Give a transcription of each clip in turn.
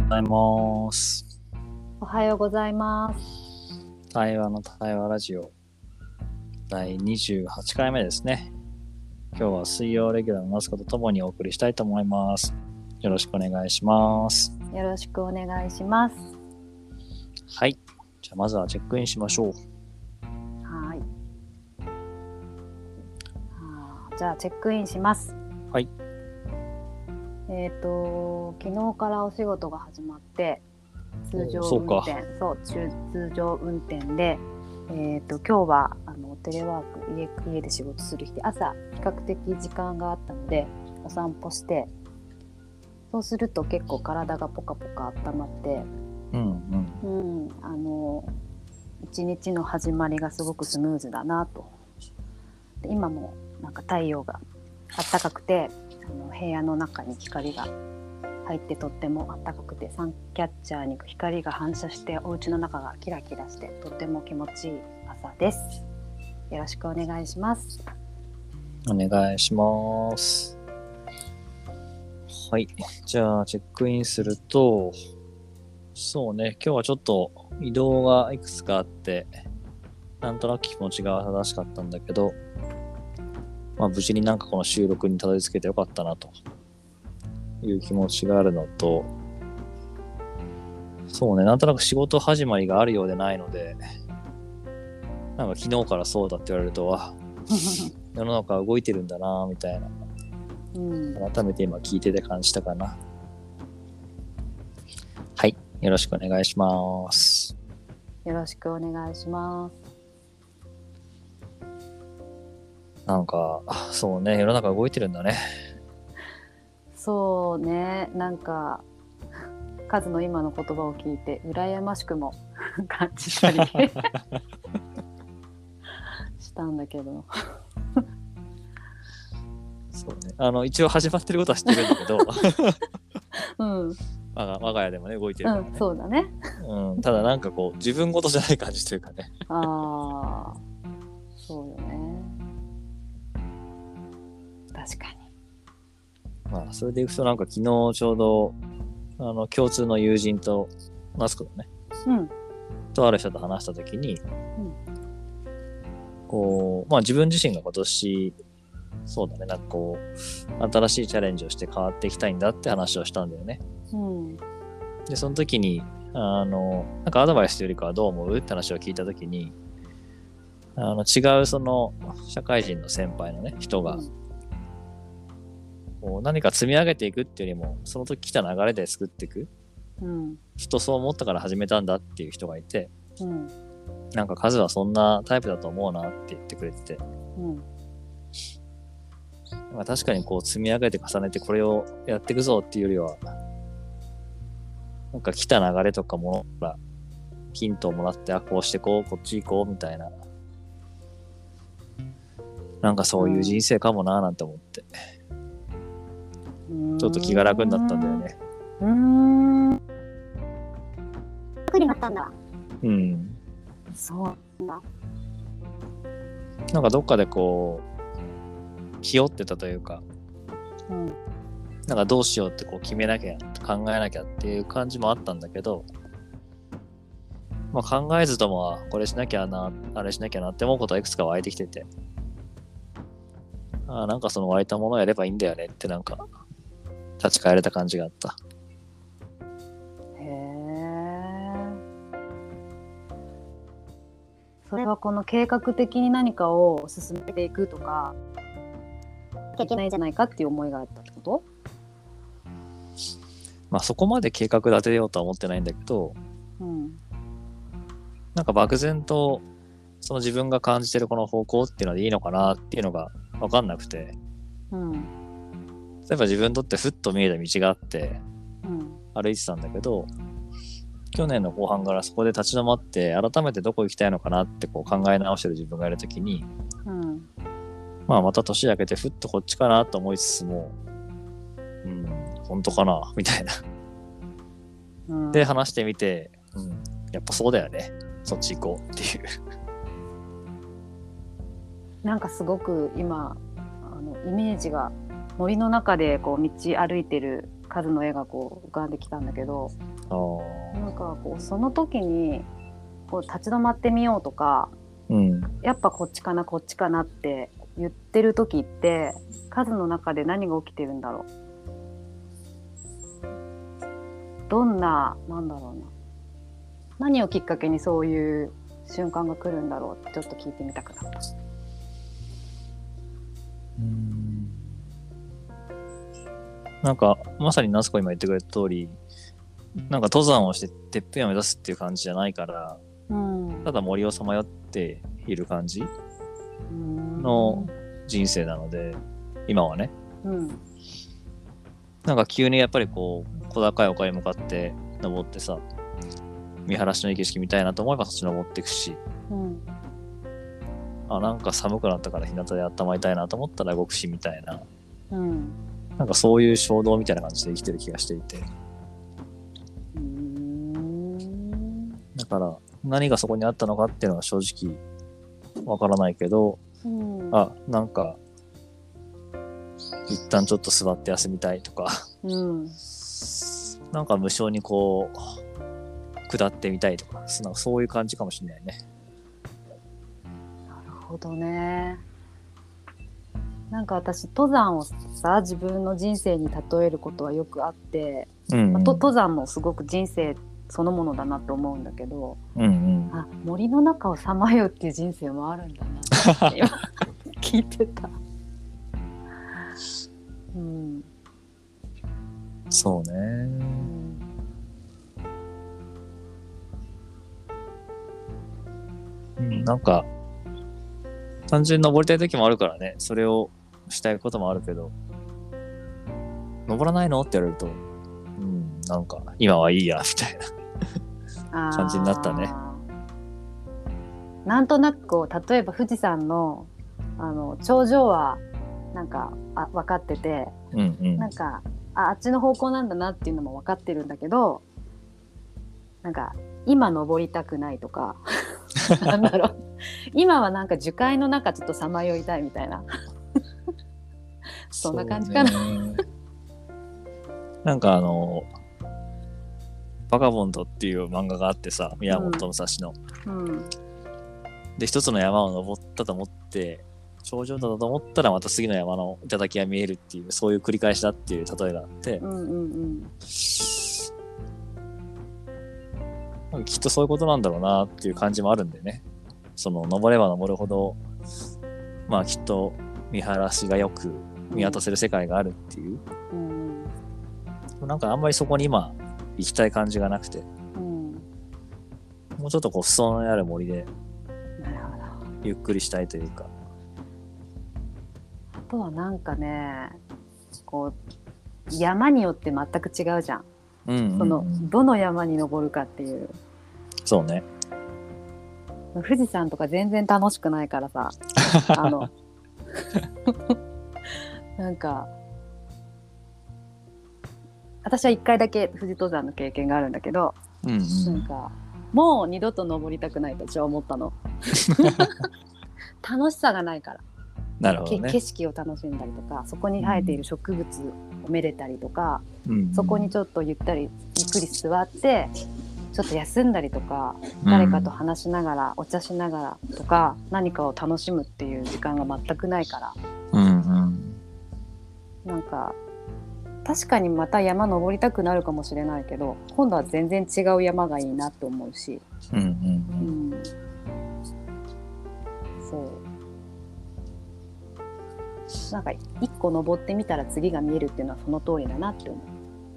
ございます。 おはようございます。 対話の対話ラジオ第28回目ですね。今日は水曜レギュラーのナスコとともにお送りしたいと思います。よろしくお願いします。 よろしくお願いします。 はい。じゃあまずはチェックインしましょう。 はい。じゃあチェックインします。 はい。 昨日からお仕事が始まって通常運転で、今日はテレワーク家で仕事する日で朝比較的時間があったのでお散歩して、そうすると結構体がポカポカ温まって、一日の始まりがすごくスムーズだなと。で今もなんか太陽が暖かくて部屋の中に光が入ってとっても暖かくて、サンキャッチャーに光が反射してお家の中がキラキラしてとっても気持ちいい朝です。よろしくお願いします。 お願いします。はい。じゃあチェックインすると、そうね、今日はちょっと移動がいくつかあってなんとなく気持ちが正しかったんだけど、無事になんかこの収録にたどり着けてよかったなという気持ちがあるのと、そうね、なんとなく仕事始まりがあるようでないので、なんか昨日からそうだって言われると世の中動いてるんだなみたいな、改めて今聞いてて感じたかな。はい、よろしくお願いします。 よろしくお願いします。 なんかそうね、世の中動いてるんだね。 そうね、なんかカズの今の言葉を聞いて羨ましくも感じたりしたんだけどそうね、一応始まってることは知ってるんだけど我が家でもね動いてるからね、 そうだね、 ただなんかこう自分事じゃない感じというかねそうよね、確かに。 それでいくとなんか昨日ちょうど共通の友人とマスクのね、とある人と話したときに、こう自分自身が今年そうだね、なんかこう新しいチャレンジをして変わっていきたいんだって話をしたんだよね。でその時になんかアドバイスというよりかはどう思うって話を聞いた時に、違うその社会人の先輩のね人が、こう何か積み上げていくっていうよりもその時来た流れで作っていく、ふとそう思ったから始めたんだっていう人がいて、なんかカズはそんなタイプだと思うなって言ってくれてて、確かにこう積み上げて重ねてこれをやっていくぞっていうよりは、なんか来た流れとかものからヒントをもらって、こうしてこう、こっち行こうみたいな、なんかそういう人生かもなーなんて思って、ちょっと気が楽になったんだよね。 楽になったんだ。 そうなんだ。なんかどっかでこう気負ってたというか、なんかどうしようってこう決めなきゃ考えなきゃっていう感じもあったんだけど、考えずともこれしなきゃなあれしなきゃなって思うことはいくつか湧いてきてて、なんかその湧いたものをやればいいんだよねってなんか立ち返れた感じがあった。 それはこの計画的に何かを進めていくとかいけないんじゃないかっていう思いがあったってこと？ そこまで計画立てようとは思ってないんだけど、なんか漠然とその自分が感じてるこの方向っていうのでいいのかなっていうのが分かんなくて、例えば自分にとってふっと見えた道があって、歩いてたんだけど、去年の後半からそこで立ち止まって改めてどこ行きたいのかなってこう考え直してる自分がいるときに、また年明けてふっとこっちかなと思いつつも、本当かなみたいな、で話してみて、やっぱそうだよね、そっち行こうっていうなんかすごく今イメージが森の中でこう道歩いてる数の絵がこう浮かんできたんだけど、なんかこうその時にこう立ち止まってみようとか、やっぱこっちかなこっちかなって言ってる時って数の中で何が起きてるんだろう。どんな、なんだろうな、何をきっかけにそういう瞬間が来るんだろうってちょっと聞いてみたくなった。 なんかまさに夏子今言ってくれた通り、なんか登山をしててっぺんを目指すっていう感じじゃないから、ただ森をさまよっている感じの人生なので、今はね、なんか急にやっぱりこう小高い丘に向かって登ってさ、見晴らしのいい景色見たいなと思えばそっち登っていくし、なんか寒くなったから日向で温まりたいなと思ったら動くしみたいな、なんかそういう衝動みたいな感じで生きてる気がしていて、だから何がそこにあったのかっていうのは正直わからないけど、なんか一旦ちょっと座って休みたいとか、なんか無性にこう下ってみたいとか、そういう感じかもしれないね。 なるほどね。なんか私登山をさ、自分の人生に例えることはよくあって、登山もすごく人生そのものだなと思うんだけど、森の中をさまようっていう人生もあるんだなって今聞いてた。 そうね。なんか単純に登りたい時もあるからね、それをしたいこともあるけど、登らないのって言われると、なんか今はいいやみたいな感じになったね。 なんとなくこう例えば富士山の頂上はなんか分かってて、なんかあっちの方向なんだなっていうのも分かってるんだけど、なんか今登りたくないとかなんだろう、今はなんか樹海の中ちょっとさまよいたいみたいなそんな感じかな。 なんかバカボンドっていう漫画があってさ、宮本武蔵の、で一つの山を登ったと思って頂上だと思ったらまた次の山の頂が見えるっていう、そういう繰り返しだっていう例えがあって、きっとそういうことなんだろうなっていう感じもあるんでね。その登れば登るほどまあきっと見晴らしがよく見渡せる世界があるっていう、なんかあんまりそこに今行きたい感じがなくて、もうちょっとこう裾野にある森でゆっくりしたいというか。 あとはなんかね、こう山によって全く違うじゃん。そのどの山に登るかっていう。 そうね。 富士山とか全然楽しくないからさなんか私は1回だけ富士登山の経験があるんだけど、なんかもう二度と登りたくないと私は思ったの楽しさがないから。 なるほどね。 景色を楽しんだりとか、そこに生えている植物をめでたりとか、そこにちょっとゆっくり座ってちょっと休んだりとか、誰かと話しながらお茶しながらとか、何かを楽しむっていう時間が全くないから、なんか確かにまた山登りたくなるかもしれないけど、今度は全然違う山がいいなって思うし、そうなんか一個登ってみたら次が見えるっていうのはその通りだなって思う。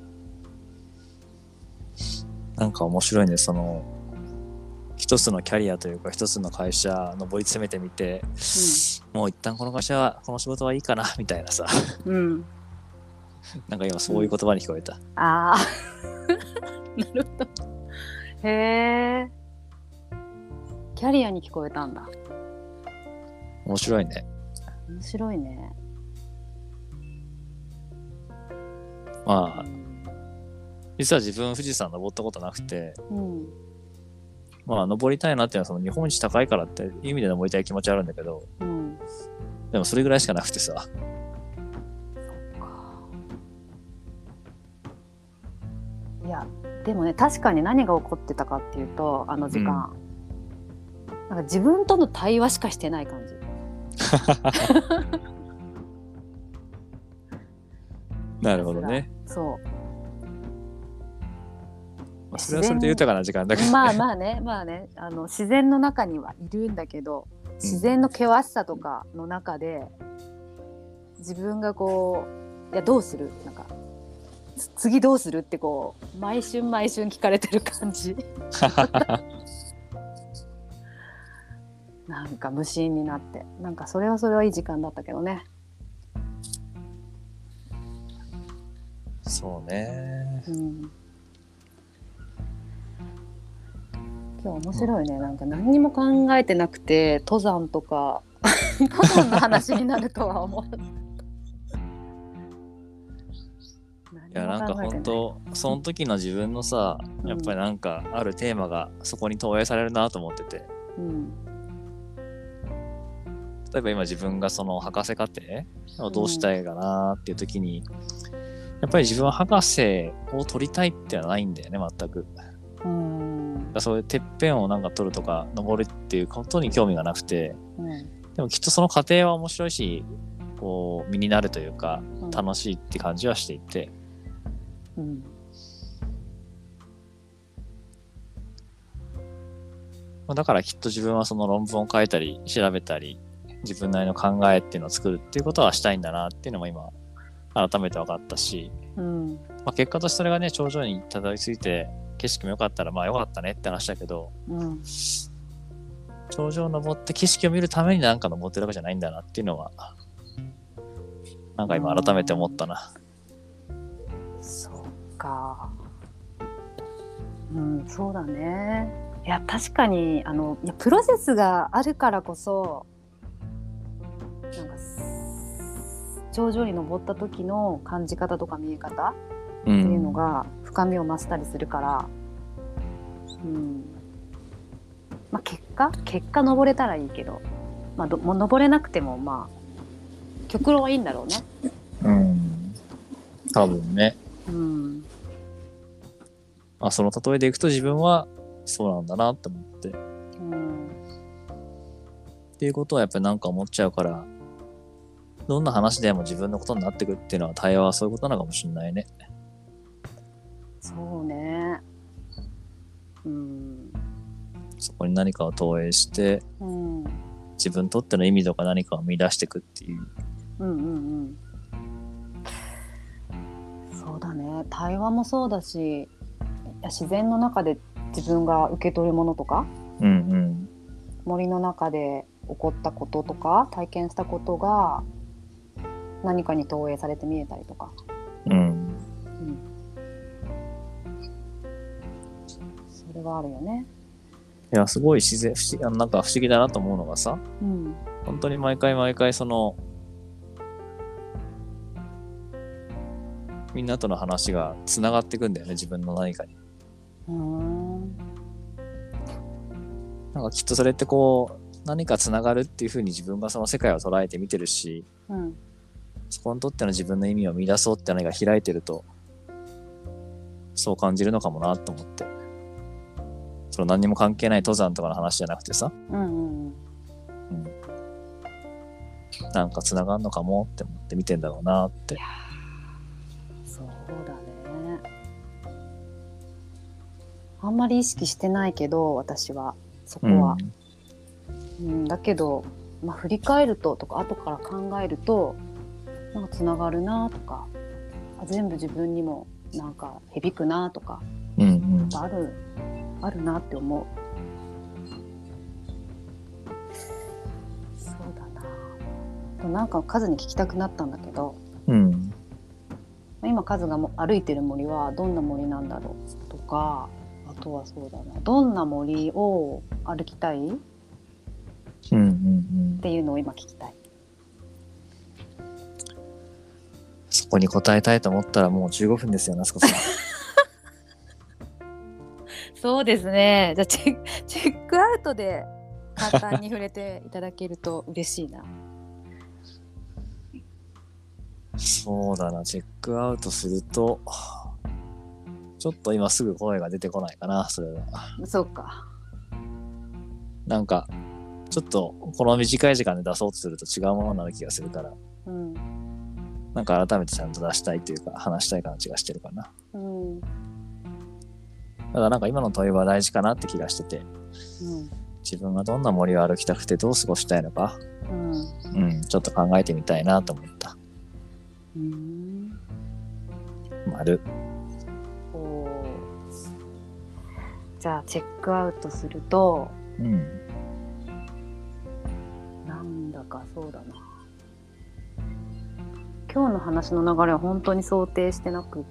なんか面白いね、その一つのキャリアというか一つの会社登り詰めてみて、もう一旦この会社はこの仕事はいいかなみたいなさ、なんか今そういう言葉に聞こえた。 ああなるほど。へえ、キャリアに聞こえたんだ。 面白いね。 面白いね。 まあ実は自分富士山登ったことなくて、まあ登りたいなっていうのはその日本一高いからっていう意味で登りたい気持ちあるんだけど、でもそれぐらいしかなくてさ。 いやでもね、確かに何が起こってたかっていうと、あの時間、なんか自分との対話しかしてない感じ。 なるほどね。 そう。 それはそれで豊かな時間だけどね。 まあね、自然の中にはいるんだけど、自然の険しさとかの中で、自分がこう、いやどうする、なんか次どうするってこう毎春聞かれてる感じ。なんか無心になって、なんかそれはいい時間だったけどね。 そうね、 今日面白いね、なんか何にも考えてなくて登山とか登山の話になるとは思わない。 いやなんか本当その時の自分のさ、やっぱりなんかあるテーマがそこに投影されるなと思ってて、例えば今自分がその博士課程をどうしたいかなっていう時に、やっぱり自分は博士を取りたいってはないんだよね、全く。そういうてっぺんをなんか取るとか登るっていうことに興味がなくて、でもきっとその過程は面白いし、こう身になるというか楽しいって感じはしていて、だからきっと自分はその論文を書いたり調べたり自分なりの考えっていうのを作るっていうことはしたいんだなっていうのも今改めて分かったし、結果としてそれがね頂上にたどり着いて景色も良かったらまあ良かったねって話だけど、頂上登って景色を見るためになんか登ってるわけじゃないんだなっていうのはなんか今改めて思ったな。 そうか、そうだね。いや確かにいやプロセスがあるからこそ、なんか頂上に登った時の感じ方とか見え方っていうのが深みを増したりするから、結果登れたらいいけど、もう登れなくてもまあ極論はいいんだろうね。 多分ね。その例えでいくと自分はそうなんだなって思って、っていうことはやっぱりなんか思っちゃうから、どんな話でも自分のことになってくっていうのは対話はそういうことなのかもしれないね。 そうね。 そこに何かを投影して、自分にとっての意味とか何かを見出していくっていう。そうだね。対話もそうだし、自然の中で自分が受け取るものとか、森の中で起こったこととか体験したことが何かに投影されて見えたりとか、それはあるよね。 いやすごい自然なんか不思議だなと思うのがさ、本当に毎回そのみんなとの話がつながっていくんだよね、自分の何かに。なんかきっとそれってこう何かつながるっていう風に自分がその世界を捉えて見てるし、そこにとっての自分の意味を見出そうって何か開いてるとそう感じるのかもなと思って、その何にも関係ない登山とかの話じゃなくてさ、なんかつながるのかもって思って見てんだろうなって。 そうだね。あんまり意識してないけど私はそこは、だけど、振り返るととか後から考えるとなんかつながるなとか、全部自分にもなんか響くなとか、あるなって思う。そうだな。なんかカズに聞きたくなったんだけど、今カズが歩いてる森はどんな森なんだろうとか、あとはそうだな、どんな森を歩きたい、っていうのを今聞きたい。 そこに答えたいと思ったらもう15分ですよ、夏子さん。 そうですね。じゃあチェックアウトで簡単に触れていただけると嬉しいな。 そうだな、チェックアウトするとちょっと今すぐ声が出てこないかな、それは。 そうか。 なんかちょっとこの短い時間で出そうとすると違うものになる気がするから、うん、なんか改めてちゃんと出したいというか話したい感じがしてるかな。うん、ただなんか今の問いは大事かなって気がしてて、うん、自分がどんな森を歩きたくてどう過ごしたいのか、うんうん、ちょっと考えてみたいなと思った。丸。 じゃあチェックアウトすると、うん、なんだかそうだな、今日の話の流れは本当に想定してなくって、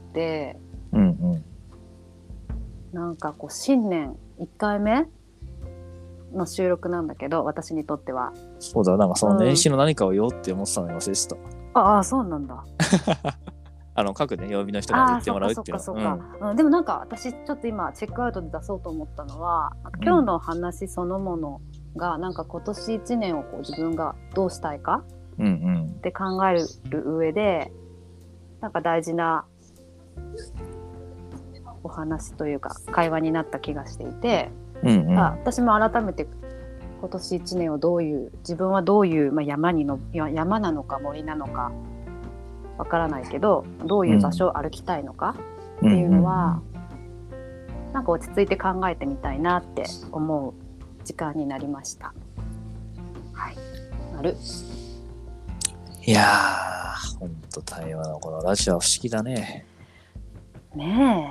うんうん、なんかこう新年1回目の収録なんだけど、私にとってはそうだ、なんかその年始の何かを言おうって思ってたのに忘れてた、 ああそうなんだ各ね曜日の人が言ってもらうっていうの。でもなんか私ちょっと今チェックアウトで出そうと思ったのは、今日の話そのものがなんか今年1年をこう自分がどうしたいかって考える上でなんか大事なお話というか会話になった気がしていて、私も改めて今年1年を自分はどういう、山なのか森なのかわからないけどどういう場所を歩きたいのかっていうのは、なんか落ち着いて考えてみたいなって思う時間になりました。はい、 いやー、ほんと対話のこのラジオは不思議だね。 ね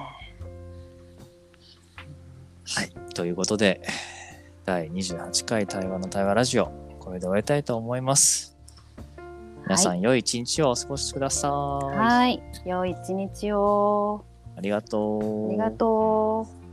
え。はい、ということで第28回対話の対話ラジオ、これで終えたいと思います。皆さん、良い一日をお過ごしください。 はい、良い一日を。 ありがとう。 ありがとう。